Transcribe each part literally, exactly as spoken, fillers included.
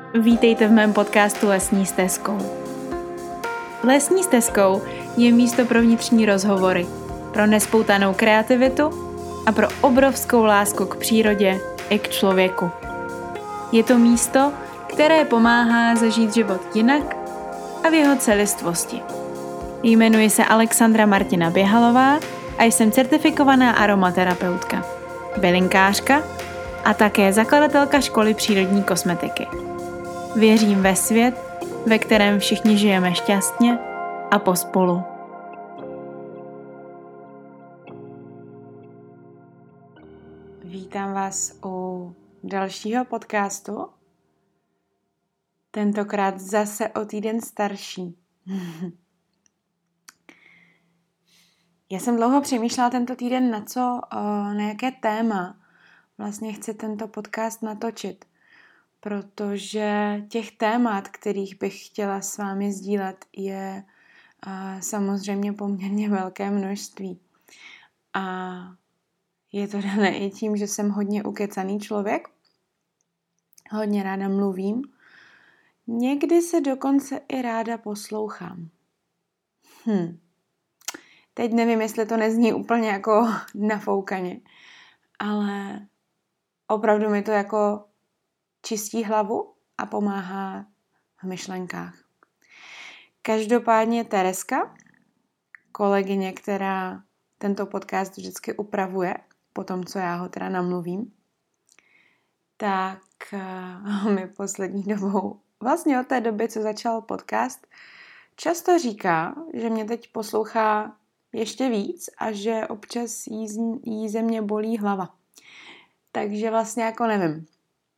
Vítejte v mém podcastu Lesní stezkou. Lesní stezkou je místo pro vnitřní rozhovory, pro nespoutanou kreativitu a pro obrovskou lásku k přírodě i k člověku. Je to místo, které pomáhá zažít život jinak a v jeho celistvosti. Jmenuji se Alexandra Martina Běhalová a jsem certifikovaná aromaterapeutka, bylinkářka a také zakladatelka školy přírodní kosmetiky. Věřím ve svět, ve kterém všichni žijeme šťastně a pospolu. Vítám vás u dalšího podcastu. Tentokrát zase o týden starší. Já jsem dlouho přemýšlela tento týden, na co, na jaké téma vlastně chci tento podcast natočit. Protože těch témat, kterých bych chtěla s vámi sdílet, je uh, samozřejmě poměrně velké množství. A je to dané i tím, že jsem hodně ukecaný člověk, hodně ráda mluvím, někdy se dokonce i ráda poslouchám. Hm. Teď nevím, jestli to nezní úplně jako nafoukaně, ale opravdu mi to jako čistí hlavu a pomáhá v myšlenkách. Každopádně Tereska, kolegyně, která tento podcast vždycky upravuje, po tom, co já ho teda namluvím, tak mi poslední dobou, vlastně od té doby, co začal podcast, často říká, že mě teď poslouchá ještě víc a že občas jí, jí ze mě bolí hlava. Takže vlastně jako nevím.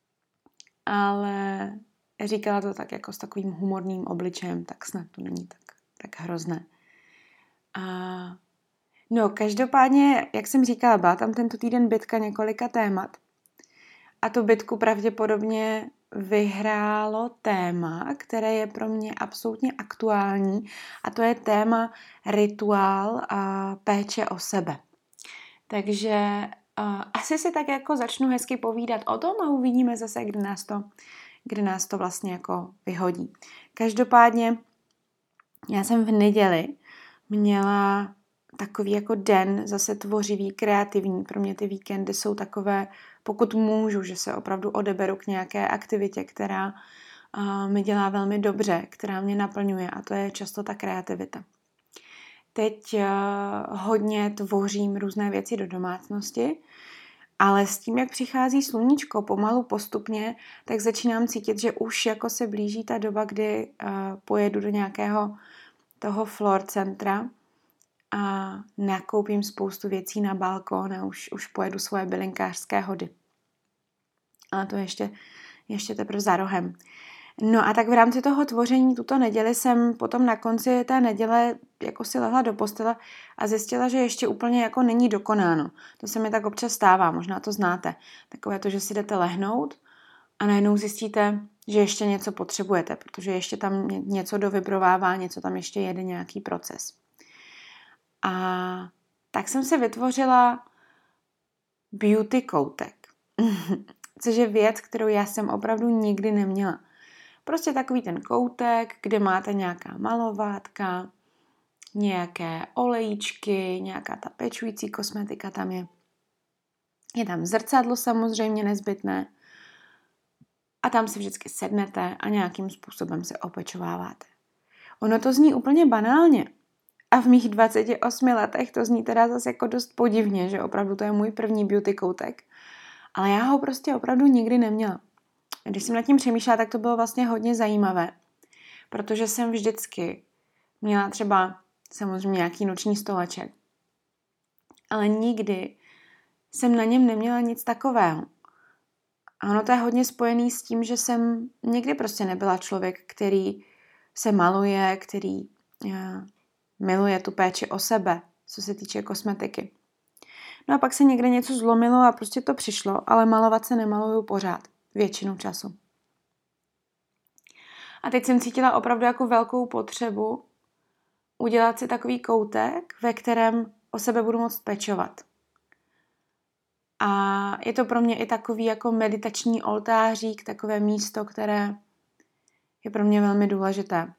Ale říkala to tak jako s takovým humorným obličejem, tak snad to není tak, tak hrozné. A no, každopádně, jak jsem říkala, byla tam tento týden bitka několika témat. A tu bitku pravděpodobně vyhrálo téma, které je pro mě absolutně aktuální, a to je téma rituál a péče o sebe. Takže Uh, asi si tak jako začnu hezky povídat o tom a uvidíme zase, kdy nás to, kdy nás to vlastně jako vyhodí. Každopádně já jsem v neděli měla takový jako den zase tvořivý, kreativní. Pro mě ty víkendy jsou takové, pokud můžu, že se opravdu odeberu k nějaké aktivitě, která uh, mi dělá velmi dobře, která mě naplňuje, a to je často ta kreativita. Teď uh, hodně tvořím různé věci do domácnosti, ale s tím, jak přichází sluníčko pomalu postupně, tak začínám cítit, že už jako se blíží ta doba, kdy uh, pojedu do nějakého toho floor centra a nakoupím spoustu věcí na balkón a už, už pojedu svoje bylinkářské hody. Ale to ještě, ještě teprve za rohem. No a tak v rámci toho tvoření tuto neděli jsem potom na konci té neděle jako si lehla do postele a zjistila, že ještě úplně jako není dokonáno. To se mi tak občas stává, možná to znáte. Takové to, že si jdete lehnout a najednou zjistíte, že ještě něco potřebujete, protože ještě tam něco dovibrovává, něco tam ještě jede nějaký proces. A tak jsem si vytvořila beauty koutek, což je věc, kterou já jsem opravdu nikdy neměla. Prostě takový ten koutek, kde máte nějaká malovátka, nějaké olejíčky, nějaká ta pečující kosmetika tam je. Je tam zrcadlo samozřejmě nezbytné a tam si vždycky sednete a nějakým způsobem se opečováváte. Ono to zní úplně banálně a v mých dvaceti osmi letech to zní teda zase jako dost podivně, že opravdu to je můj první beauty koutek, ale já ho prostě opravdu nikdy neměla. Když jsem nad tím přemýšlela, tak to bylo vlastně hodně zajímavé, protože jsem vždycky měla třeba samozřejmě nějaký noční stoleček, ale nikdy jsem na něm neměla nic takového. A ono to je hodně spojený s tím, že jsem někdy prostě nebyla člověk, který se maluje, který uh, miluje tu péči o sebe, co se týče kosmetiky. No a pak se někde něco zlomilo a prostě to přišlo, ale malovat se nemaluju pořád. Většinu času. A teď jsem cítila opravdu jako velkou potřebu udělat si takový koutek, ve kterém o sebe budu moct pečovat. A je to pro mě i takový jako meditační oltářík, takové místo, které je pro mě velmi důležité.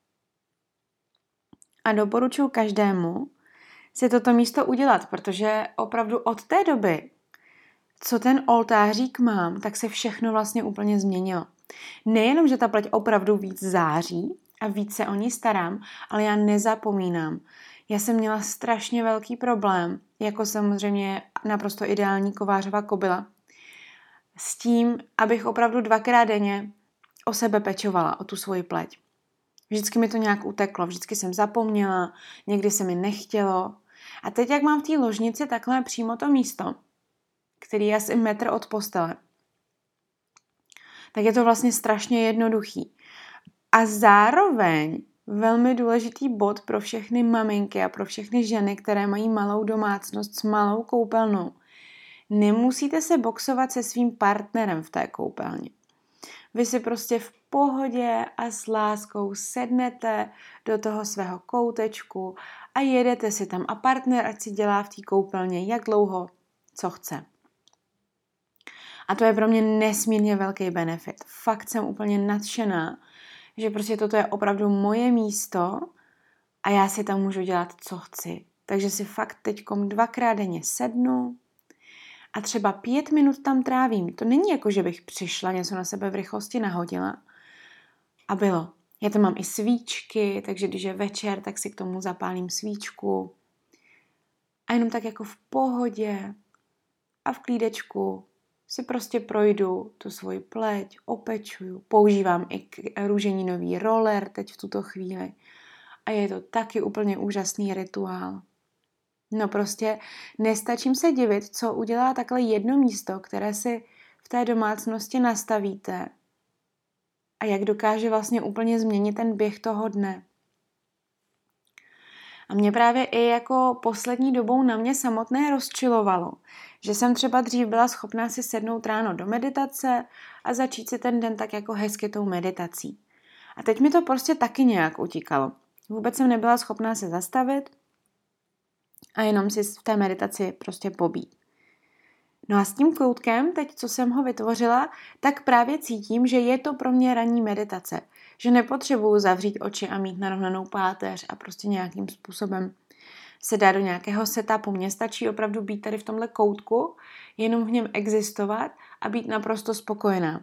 A doporučuji každému si toto místo udělat, protože opravdu od té doby, co ten oltářík mám, tak se všechno vlastně úplně změnilo. Nejenom, že ta pleť opravdu víc září a víc se o ní starám, ale já nezapomínám. Já jsem měla strašně velký problém, jako samozřejmě naprosto ideální kovářová kobyla, s tím, abych opravdu dvakrát denně o sebe pečovala, o tu svoji pleť. Vždycky mi to nějak uteklo, vždycky jsem zapomněla, někdy se mi nechtělo. A teď, jak mám v té ložnici takhle přímo to místo, který je asi metr od postele, tak je to vlastně strašně jednoduchý. A zároveň velmi důležitý bod pro všechny maminky a pro všechny ženy, které mají malou domácnost s malou koupelnou. Nemusíte se boxovat se svým partnerem v té koupelně. Vy si prostě v pohodě a s láskou sednete do toho svého koutečku a jedete si tam a partner ať si dělá v té koupelně jak dlouho, co chce. A to je pro mě nesmírně velký benefit. Fakt jsem úplně nadšená, že prostě toto je opravdu moje místo a já si tam můžu dělat, co chci. Takže si fakt teďkom dvakrát denně sednu a třeba pět minut tam trávím. To není jako, že bych přišla, něco na sebe v rychlosti nahodila a bylo. Já tam mám i svíčky, takže když je večer, tak si k tomu zapálím svíčku a jenom tak jako v pohodě a v klídečku si prostě projdu tu svoji pleť, opečuju, používám i růženinový roller teď v tuto chvíli a je to taky úplně úžasný rituál. No prostě nestačím se divit, co udělá takhle jedno místo, které si v té domácnosti nastavíte a jak dokáže vlastně úplně změnit ten běh toho dne. A mě právě i jako poslední dobou na mě samotné rozčilovalo, že jsem třeba dřív byla schopná si sednout ráno do meditace a začít si ten den tak jako hezky tou meditací. A teď mi to prostě taky nějak utíkalo. Vůbec jsem nebyla schopná se zastavit a jenom si v té meditaci prostě pobít. No a s tím koutkem, teď co jsem ho vytvořila, tak právě cítím, že je to pro mě ranní meditace. Že nepotřebuju zavřít oči a mít narovnanou páteř a prostě nějakým způsobem se dát do nějakého setupu. Mně stačí opravdu být tady v tomhle koutku, jenom v něm existovat a být naprosto spokojená.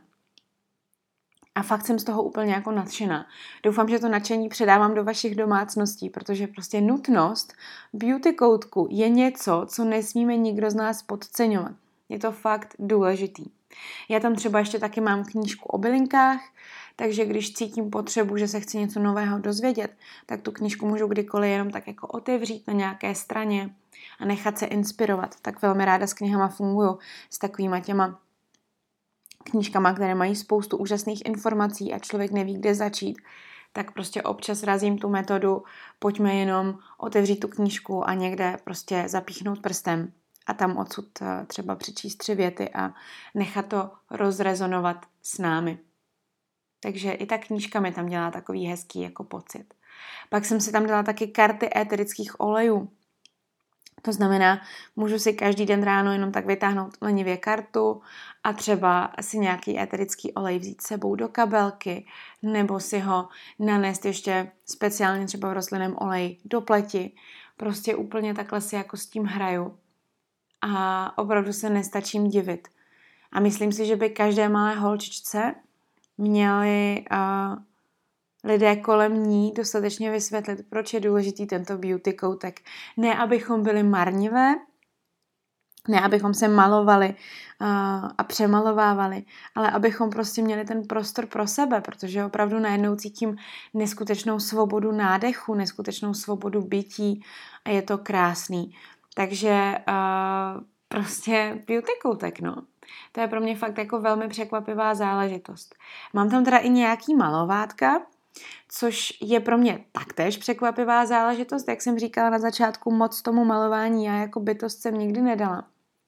A fakt jsem z toho úplně jako nadšená. Doufám, že to nadšení předávám do vašich domácností, protože prostě nutnost beauty koutku je něco, co nesmíme nikdo z nás podceňovat. Je to fakt důležitý. Já tam třeba ještě taky mám knížku o bylinkách, takže když cítím potřebu, že se chci něco nového dozvědět, tak tu knížku můžu kdykoliv jenom tak jako otevřít na nějaké straně a nechat se inspirovat. Tak velmi ráda s knihama funguju, s takovýma těma knížkama, které mají spoustu úžasných informací a člověk neví, kde začít, tak prostě občas razím tu metodu, pojďme jenom otevřít tu knížku a někde prostě zapíchnout prstem a tam odsud třeba přečíst tři věty a nechat to rozrezonovat s námi. Takže i ta knížka mi tam dělá takový hezký jako pocit. Pak jsem si tam dala taky karty éterických olejů. To znamená, můžu si každý den ráno jenom tak vytáhnout lenivě kartu a třeba si nějaký éterický olej vzít s sebou do kabelky nebo si ho nanést ještě speciálně třeba v rostlinném oleji do pleti. Prostě úplně takhle si jako s tím hraju a opravdu se nestačím divit. A myslím si, že by každé malé holčičce měli uh, lidé kolem ní dostatečně vysvětlit, proč je důležitý tento beauty koutek. Ne, abychom byli marnivé, ne, abychom se malovali uh, a přemalovávali, ale abychom prostě měli ten prostor pro sebe, protože opravdu najednou cítím neskutečnou svobodu nádechu, neskutečnou svobodu bytí a je to krásný. Takže uh, prostě beauty koutek, no. To je pro mě fakt jako velmi překvapivá záležitost. Mám tam teda i nějaký malovátka, což je pro mě taktéž překvapivá záležitost. Jak jsem říkala na začátku, moc tomu malování já jako bytost jsem nikdy nedala.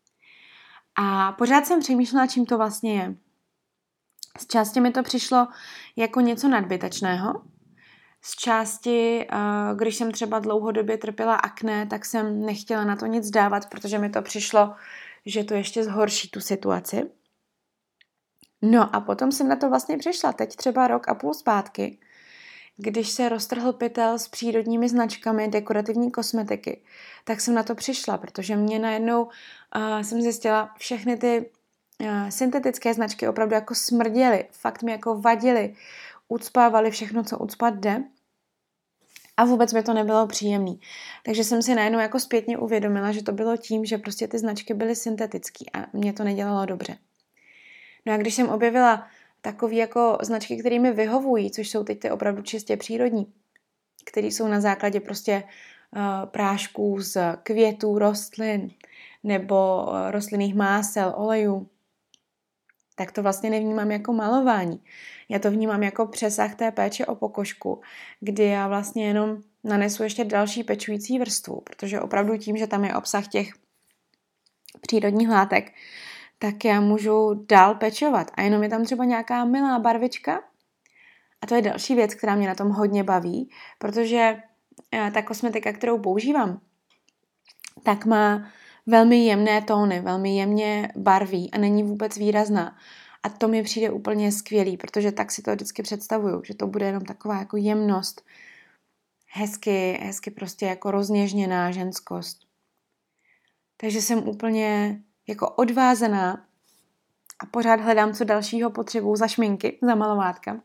A pořád jsem přemýšlela, čím to vlastně je. Z části mi to přišlo jako něco nadbytečného. Z části, když jsem třeba dlouhodobě trpěla akné, tak jsem nechtěla na to nic dávat, protože mi to přišlo, že to ještě zhorší tu situaci. No a potom jsem na to vlastně přišla, teď třeba rok a půl zpátky, když se roztrhl pytel s přírodními značkami dekorativní kosmetiky, tak jsem na to přišla, protože mě najednou uh, jsem zjistila, všechny ty uh, syntetické značky opravdu jako smrděly, fakt mi jako vadily, ucpávaly všechno, co ucpat jde a vůbec mi to nebylo příjemný. Takže jsem si najednou jako zpětně uvědomila, že to bylo tím, že prostě ty značky byly syntetický a mě to nedělalo dobře. No a když jsem objevila takový jako značky, které mi vyhovují, což jsou teď ty opravdu čistě přírodní, které jsou na základě prostě uh, prášků z květů, rostlin nebo uh, rostlinných másel, olejů, tak to vlastně nevnímám jako malování. Já to vnímám jako přesah té péče o pokožku, kdy já vlastně jenom nanesu ještě další pečující vrstvu, protože opravdu tím, že tam je obsah těch přírodních látek, tak já můžu dál pečovat. A jenom je tam třeba nějaká milá barvička. A to je další věc, která mě na tom hodně baví, protože ta kosmetika, kterou používám, tak má velmi jemné tóny, velmi jemně barví a není vůbec výrazná. A to mi přijde úplně skvělý, protože tak si to vždycky představuju, že to bude jenom taková jako jemnost, hezky, hezky prostě jako rozněžněná ženskost. Takže jsem úplně jako odvázaná a pořád hledám, co dalšího potřebuju za šminky, za malovátka.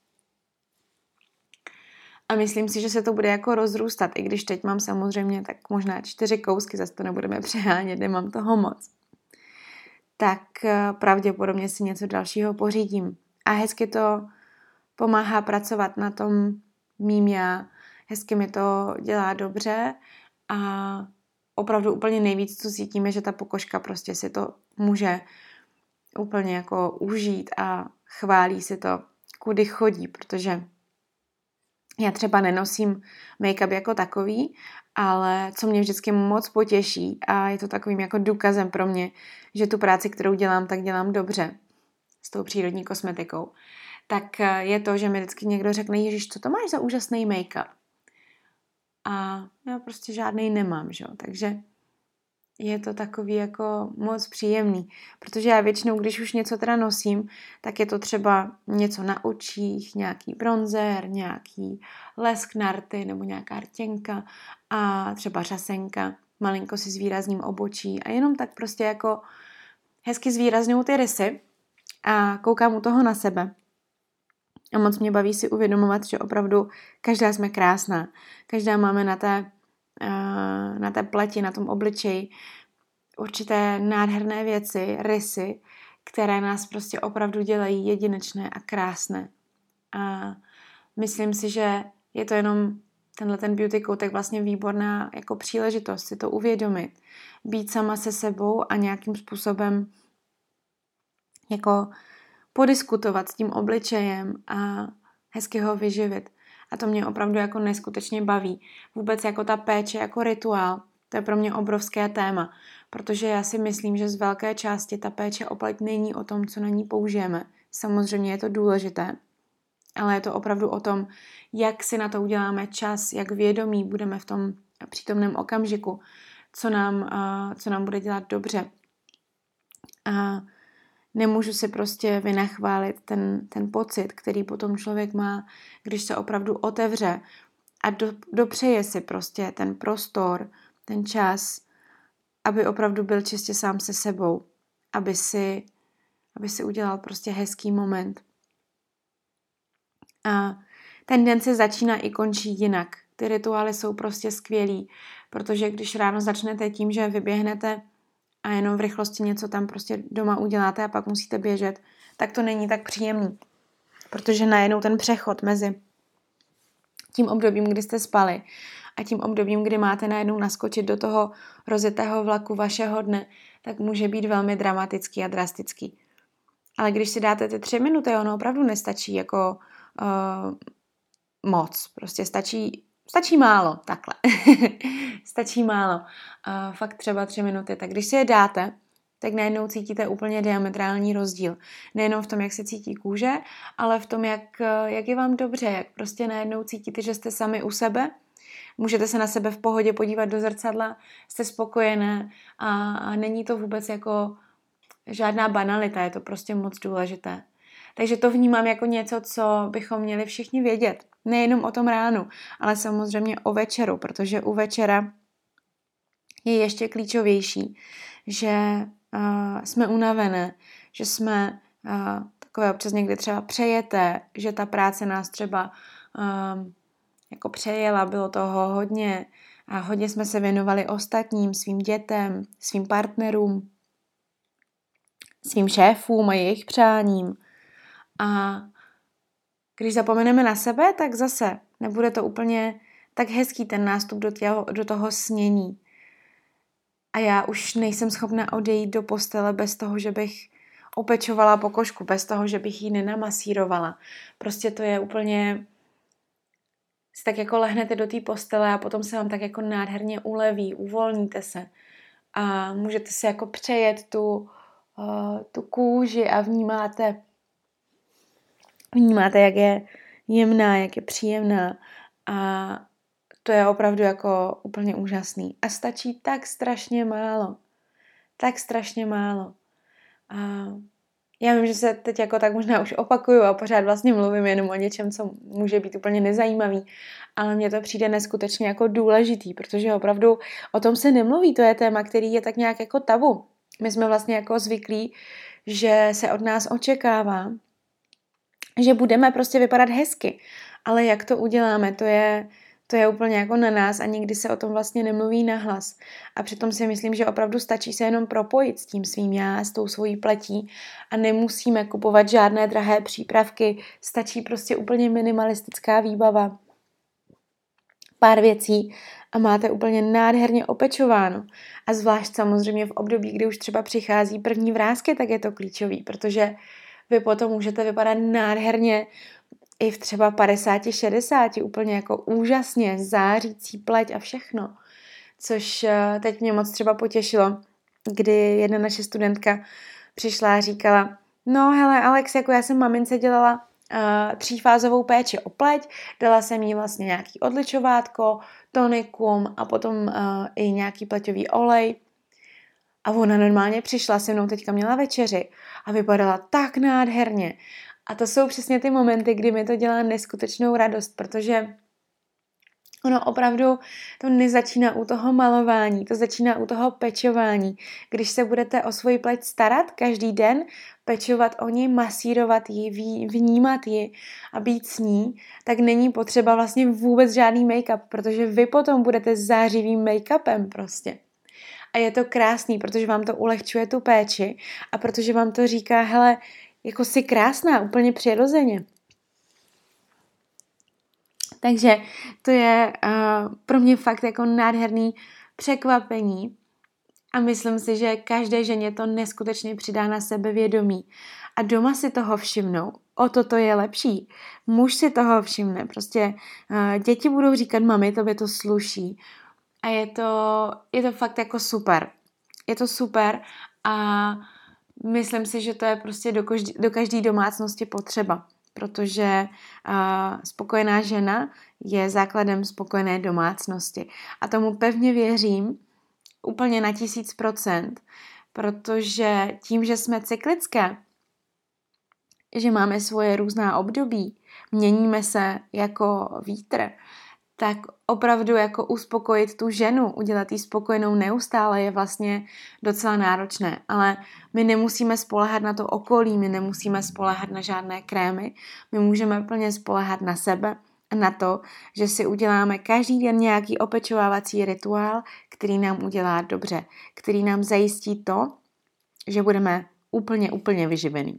A myslím si, že se to bude jako rozrůstat, i když teď mám samozřejmě tak možná čtyři kousky, zase to nebudeme přehánět, nemám toho moc. Tak pravděpodobně si něco dalšího pořídím. A hezky to pomáhá pracovat na tom mým já, hezky mi to dělá dobře a opravdu úplně nejvíc, co cítíme, že ta pokožka prostě si to může úplně jako užít a chválí si to, kudy chodí, protože já třeba nenosím make-up jako takový, ale co mě vždycky moc potěší a je to takovým jako důkazem pro mě, že tu práci, kterou dělám, tak dělám dobře s tou přírodní kosmetikou, tak je to, že mi vždycky někdo řekne, Ježiš, co to máš za úžasný make-up? A já prostě žádnej nemám, že jo, takže je to takový jako moc příjemný, protože já většinou, když už něco teda nosím, tak je to třeba něco na očích, nějaký bronzer, nějaký lesk na rty nebo nějaká rtěnka a třeba řasenka, malinko si zvýrazním obočí a jenom tak prostě jako hezky zvýrazňuju ty rysy a koukám u toho na sebe. A moc mě baví si uvědomovat, že opravdu každá jsme krásná, každá máme na té na té pleti, na tom obličeji určité nádherné věci, rysy, které nás prostě opravdu dělají jedinečné a krásné. A myslím si, že je to jenom tenhle ten beauty code, tak vlastně výborná jako příležitost si to uvědomit, být sama se sebou a nějakým způsobem jako podiskutovat s tím obličejem a hezky ho vyživit. A to mě opravdu jako neskutečně baví. Vůbec jako ta péče, jako rituál, to je pro mě obrovské téma, protože já si myslím, že z velké části ta péče o pleť není o tom, co na ní použijeme. Samozřejmě je to důležité, ale je to opravdu o tom, jak si na to uděláme čas, jak vědomí budeme v tom přítomném okamžiku, co nám, co nám bude dělat dobře. A nemůžu si prostě vynachválit ten, ten pocit, který potom člověk má, když se opravdu otevře a do, dopřeje si prostě ten prostor, ten čas, aby opravdu byl čistě sám se sebou, aby si, aby si udělal prostě hezký moment. A ten den se začíná i končí jinak. Ty rituály jsou prostě skvělý, protože když ráno začnete tím, že vyběhnete a jenom v rychlosti něco tam prostě doma uděláte a pak musíte běžet, tak to není tak příjemný. Protože najednou ten přechod mezi tím obdobím, kdy jste spali a tím obdobím, kdy máte najednou naskočit do toho rozjetého vlaku vašeho dne, tak může být velmi dramatický a drastický. Ale když si dáte ty tři minuty, ono opravdu nestačí jako uh, moc. Prostě stačí Stačí málo, takhle. Stačí málo. Uh, fakt třeba tři minuty. Tak když si je dáte, tak najednou cítíte úplně diametrální rozdíl. Nejenom v tom, jak se cítí kůže, ale v tom, jak, jak je vám dobře, jak prostě najednou cítíte, že jste sami u sebe. Můžete se na sebe v pohodě podívat do zrcadla, jste spokojené a, a není to vůbec jako žádná banalita, je to prostě moc důležité. Takže to vnímám jako něco, co bychom měli všichni vědět. Nejenom o tom ránu, ale samozřejmě o večeru, protože u večera je ještě klíčovější, že uh, jsme unavené, že jsme uh, takové občas někdy třeba přejete, že ta práce nás třeba um, jako přejela, bylo toho hodně a hodně jsme se věnovali ostatním, svým dětem, svým partnerům, svým šéfům a jejich přáním. A když zapomeneme na sebe, tak zase nebude to úplně tak hezký ten nástup do, těho, do toho snění. A já už nejsem schopna odejít do postele bez toho, že bych opečovala pokožku, bez toho, že bych ji nenamasírovala. Prostě to je úplně... Si tak jako lehnete do té postele a potom se vám tak jako nádherně uleví, uvolníte se. A můžete si jako přejet tu, uh, tu kůži a vnímáte, vnímáte, jak je jemná, jak je příjemná. A to je opravdu jako úplně úžasný. A stačí tak strašně málo. Tak strašně málo. A já vím, že se teď jako tak možná už opakuju a pořád vlastně mluvím jenom o něčem, co může být úplně nezajímavý, ale mně to přijde neskutečně jako důležitý, protože opravdu o tom se nemluví, to je téma, který je tak nějak jako tabu. My jsme vlastně jako zvyklí, že se od nás očekává, že budeme prostě vypadat hezky, ale jak to uděláme, to je... To je úplně jako na nás a nikdy se o tom vlastně nemluví nahlas. A přitom si myslím, že opravdu stačí se jenom propojit s tím svým já, s tou svojí pletí a nemusíme kupovat žádné drahé přípravky. Stačí prostě úplně minimalistická výbava. Pár věcí a máte úplně nádherně opečováno. A zvlášť samozřejmě v období, kdy už třeba přichází první vrásky, tak je to klíčový, protože vy potom můžete vypadat nádherně i v třeba padesáti, šedesáti, úplně jako úžasně, zářící pleť a všechno. Což teď mě moc třeba potěšilo, kdy jedna naše studentka přišla a říkala, no hele Alex, jako já jsem mamince dělala uh, třífázovou péči o pleť, dala jsem jí vlastně nějaký odličovátko, tonikum a potom uh, i nějaký pleťový olej. A ona normálně přišla se mnou, teďka měla večeři a vypadala tak nádherně. A to jsou přesně ty momenty, kdy mi to dělá neskutečnou radost, protože ono opravdu to nezačíná u toho malování, to začíná u toho pečování. Když se budete o svoji pleť starat každý den, pečovat o ní, masírovat ji, vnímat ji a být s ní, tak není potřeba vlastně vůbec žádný make-up, protože vy potom budete zářivým make-upem prostě. A je to krásný, protože vám to ulehčuje tu péči a protože vám to říká, hele, jako jsi krásná, úplně přirozeně. Takže to je uh, pro mě fakt jako nádherný překvapení a myslím si, že každé ženě to neskutečně přidá na sebevědomí. A doma si toho všimnou, o to to je lepší. Muž si toho všimne, prostě uh, děti budou říkat, mami, tobě to sluší. A je to, je to fakt jako super. Je to super a myslím si, že to je prostě do každé, do každé domácnosti potřeba, protože uh, spokojená žena je základem spokojené domácnosti. A tomu pevně věřím úplně na tisíc procent, protože tím, že jsme cyklické, že máme svoje různá období, měníme se jako vítr, tak opravdu jako uspokojit tu ženu, udělat jí spokojenou neustále je vlastně docela náročné. Ale my nemusíme spoléhat na to okolí, my nemusíme spoléhat na žádné krémy, my můžeme plně spoléhat na sebe a na to, že si uděláme každý den nějaký opečovávací rituál, který nám udělá dobře, který nám zajistí to, že budeme úplně, úplně vyživení.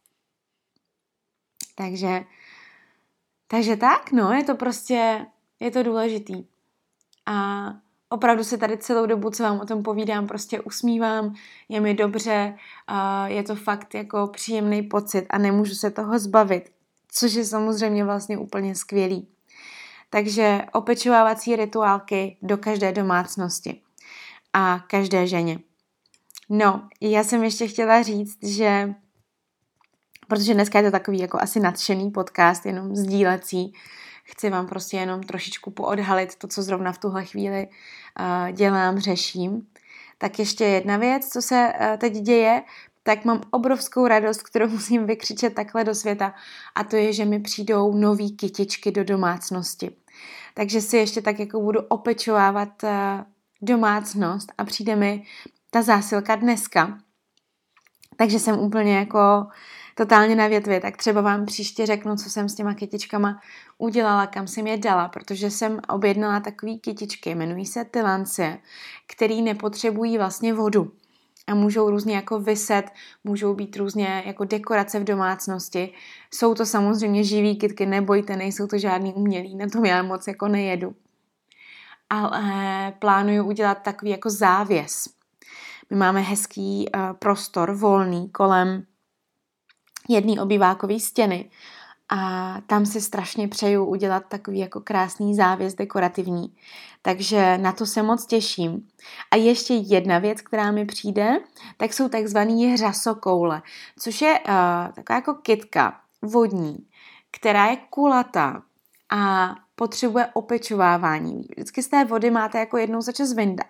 Takže, takže tak, no, je to prostě... Je to důležitý. A opravdu se tady celou dobu, co vám o tom povídám, prostě usmívám, je mi dobře, a je to fakt jako příjemný pocit a nemůžu se toho zbavit, což je samozřejmě vlastně úplně skvělý. Takže opečovávací rituálky do každé domácnosti a každé ženě. No, já jsem ještě chtěla říct, že protože dneska je to takový jako asi nadšený podcast, jenom sdílecí, chci vám prostě jenom trošičku poodhalit to, co zrovna v tuhle chvíli uh, dělám, řeším. Tak ještě jedna věc, co se uh, teď děje, tak mám obrovskou radost, kterou musím vykřičet takhle do světa, a to je, že mi přijdou nový kytičky do domácnosti. Takže si ještě tak jako budu opečovávat domácnost a přijde mi ta zásilka dneska. Takže jsem úplně jako totálně na větvi, tak třeba vám příště řeknu, co jsem s těma kytičkama udělala, kam jsem je dala, protože jsem objednala takový kytičky, jmenují se Tylancie, který nepotřebují vlastně vodu a můžou různě jako viset, můžou být různě jako dekorace v domácnosti. Jsou to samozřejmě živý kytky, nebojte, nejsou to žádný umělý, na tom já moc jako nejedu. Ale plánuju udělat takový jako závěs. My máme hezký uh, prostor volný kolem jedné obývákové stěny a tam si strašně přeju udělat takový jako krásný závěs dekorativní. Takže na to se moc těším. A ještě jedna věc, která mi přijde, tak jsou takzvaný hřasokoule, což je uh, taková jako kytka vodní, která je kulatá a potřebuje opečovávání. Vždycky z té vody máte jako jednou za čas vyndat.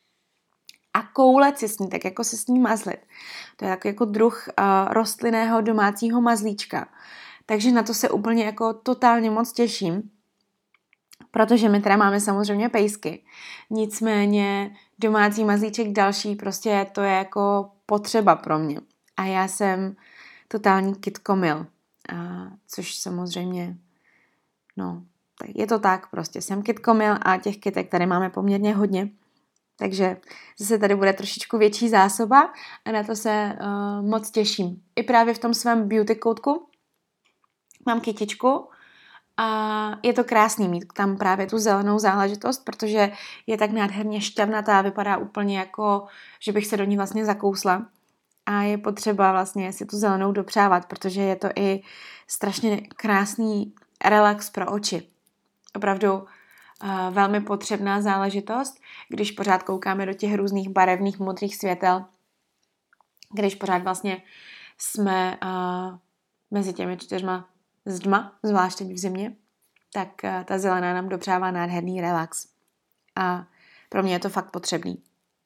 A koulet si s ní, tak jako se s ní mazlit. To je takový jako druh uh, rostlinného domácího mazlíčka. Takže na to se úplně jako totálně moc těším, protože my teda máme samozřejmě pejsky. Nicméně domácí mazlíček další, prostě to je jako potřeba pro mě. A já jsem totální kytkomil, a což samozřejmě, no, tak je to tak prostě. Jsem kytkomil a těch kytek tady máme poměrně hodně. Takže zase tady bude trošičku větší zásoba a na to se uh, moc těším. I právě v tom svém beauty koutku mám kytičku a je to krásný mít tam právě tu zelenou záležitost, protože je tak nádherně šťavnatá, vypadá úplně jako, že bych se do ní vlastně zakousla. A je potřeba vlastně si tu zelenou dopřávat, protože je to i strašně krásný relax pro oči. Opravdu Uh, velmi potřebná záležitost, když pořád koukáme do těch různých barevných modrých světel, když pořád vlastně jsme uh, mezi těmi čtyřma zdma, zvlášť teď v zimě, tak uh, ta zelená nám dopřává nádherný relax. A pro mě je to fakt potřebný.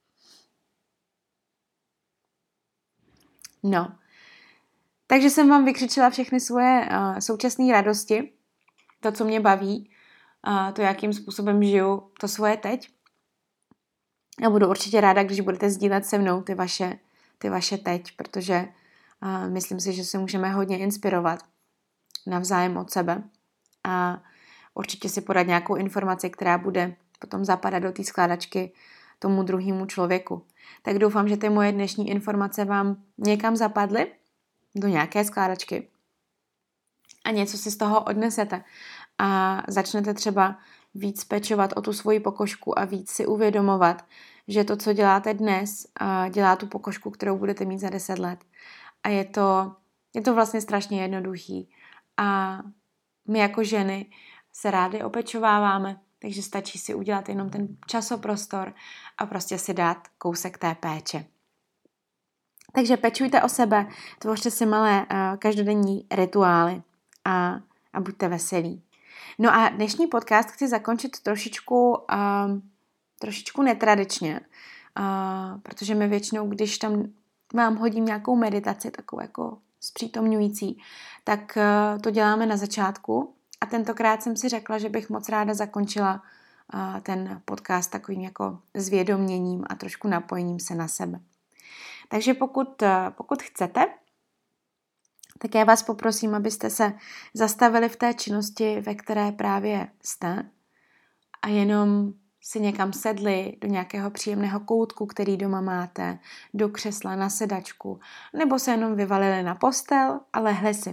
No, takže jsem vám vykřičela všechny svoje uh, současné radosti, to, co mě baví, a to, jakým způsobem žiju to svoje teď. A budu určitě ráda, když budete sdílet se mnou ty vaše, ty vaše teď, protože uh, myslím si, že se můžeme hodně inspirovat navzájem od sebe a určitě si podat nějakou informaci, která bude potom zapadat do té skládačky tomu druhému člověku. Tak doufám, že ty moje dnešní informace vám někam zapadly do nějaké skládačky a něco si z toho odnesete a začnete třeba víc pečovat o tu svoji pokožku a víc si uvědomovat, že to, co děláte dnes, dělá tu pokožku, kterou budete mít za deset let. A je to, je to vlastně strašně jednoduchý. A my jako ženy se rády opečováváme, takže stačí si udělat jenom ten časoprostor a prostě si dát kousek té péče. Takže pečujte o sebe, tvořte si malé uh, každodenní rituály a, a buďte veselí. No a dnešní podcast chci zakončit trošičku, uh, trošičku netradičně, uh, protože my většinou, když tam vám hodím nějakou meditaci, takovou jako zpřítomňující, tak uh, to děláme na začátku a tentokrát jsem si řekla, že bych moc ráda zakončila uh, ten podcast takovým jako zvědoměním a trošku napojením se na sebe. Takže pokud, uh, pokud chcete, tak já vás poprosím, abyste se zastavili v té činnosti, ve které právě jste a jenom si někam sedli do nějakého příjemného koutku, který doma máte, do křesla, na sedačku, nebo se jenom vyvalili na postel a lehli si.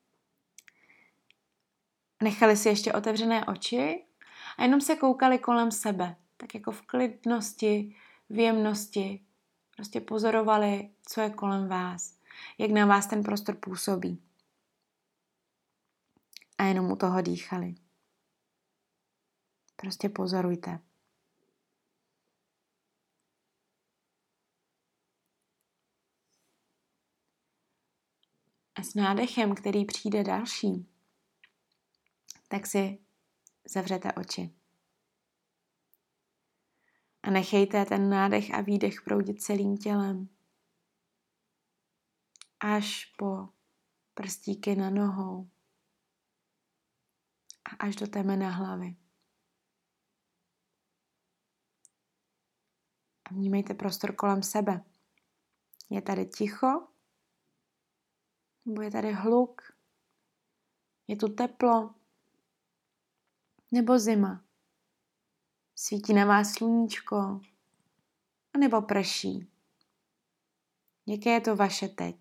Nechali si ještě otevřené oči a jenom se koukali kolem sebe, tak jako v klidnosti, v jemnosti, prostě pozorovali, co je kolem vás, jak na vás ten prostor působí. A jenom u toho dýchali. Prostě pozorujte. A s nádechem, který přijde další, tak si zavřete oči. A nechejte ten nádech a výdech proudit celým tělem. až po prstíky na nohou a až do temena hlavy. A vnímejte prostor kolem sebe. Je tady ticho? Nebo je tady hluk? Je tu teplo? Nebo zima? Svítí na vás sluníčko? A nebo prší? Jaké je to vaše teď?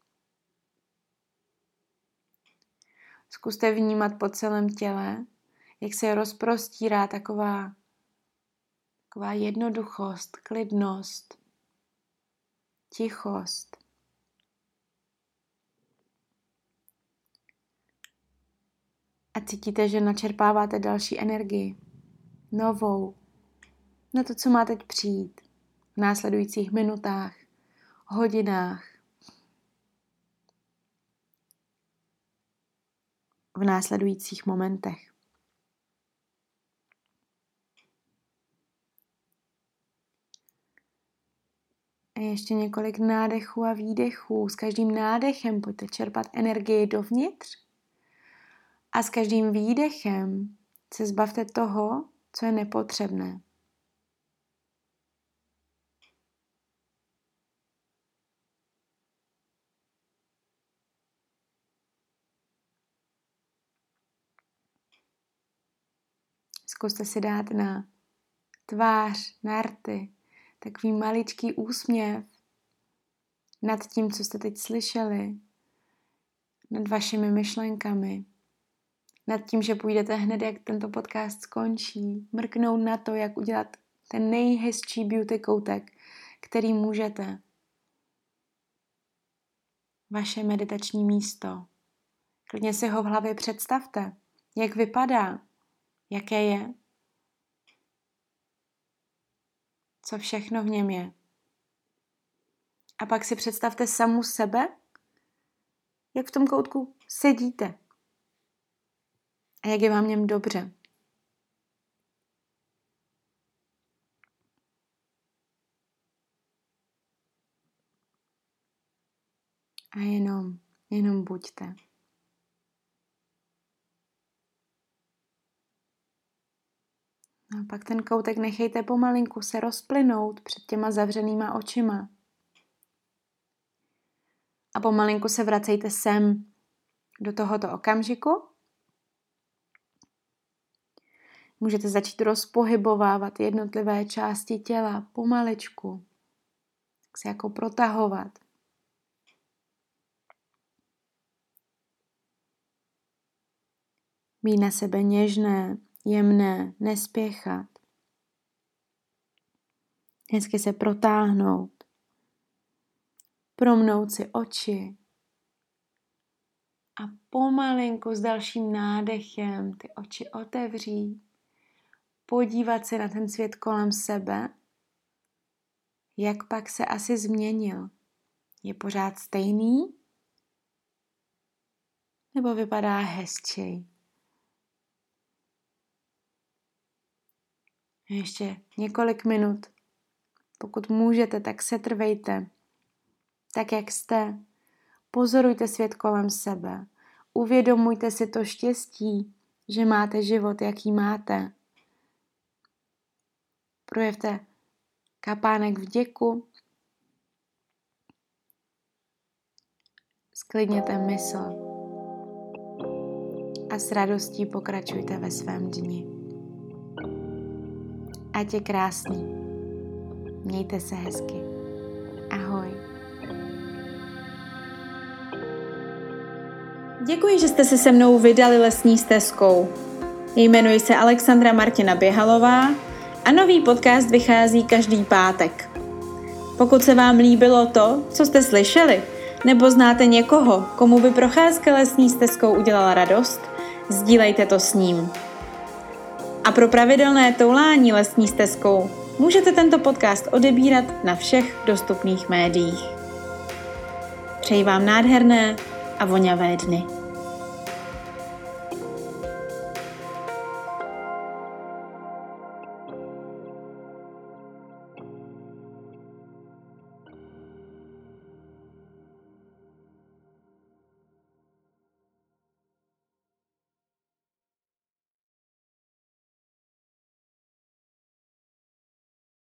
Zkuste vnímat po celém těle, jak se rozprostírá taková, taková jednoduchost, klidnost, tichost. A cítíte, že načerpáváte další energii, novou, na to, co má teď přijít v následujících minutách, hodinách, v následujících momentech. A ještě několik nádechů a výdechů. S každým nádechem pojďte čerpat energii dovnitř a s každým výdechem se zbavte toho, co je nepotřebné. Zkuste si dát na tvář, na rty, takový maličký úsměv nad tím, co jste teď slyšeli, nad vašimi myšlenkami, nad tím, že půjdete hned, jak tento podcast skončí, mrknout na to, jak udělat ten nejhezčí beauty koutek, který můžete. Vaše meditační místo. Klidně si ho v hlavě představte, jak vypadá, jaké je, co všechno v něm je. A pak si představte samu sebe, jak v tom koutku sedíte a jak je vám v něm dobře. A jenom, jenom buďte. A pak ten koutek nechejte pomalinku se rozplynout před těma zavřenýma očima. A pomalinku se vracejte sem do tohoto okamžiku. Můžete začít rozpohybovávat jednotlivé části těla pomaličku. Tak se jako protahovat. Být na sebe něžné, jemné, nespěchat. Hezky se protáhnout. Promnout si oči. A pomalinku s dalším nádechem ty oči otevřít. Podívat se na ten svět kolem sebe. Jak pak se asi změnil? Je pořád stejný? Nebo vypadá hezčej? Ještě několik minut. Pokud můžete, tak setrvejte. Tak, jak jste. Pozorujte svět kolem sebe. Uvědomujte si to štěstí, že máte život, jaký máte. Projevte kapánek vděku. Sklidněte mysl. A s radostí pokračujte ve svém dni. Ať je krásný. Mějte se hezky. Ahoj. Děkuji, že jste se se mnou vydali lesní stezkou. Jmenuji se Alexandra Martina Běhalová a nový podcast vychází každý pátek. Pokud se vám líbilo to, co jste slyšeli, nebo znáte někoho, komu by procházka lesní stezkou udělala radost, sdílejte to s ním. A pro pravidelné toulání lesní stezkou můžete tento podcast odebírat na všech dostupných médiích. Přeji vám nádherné a voňavé dny.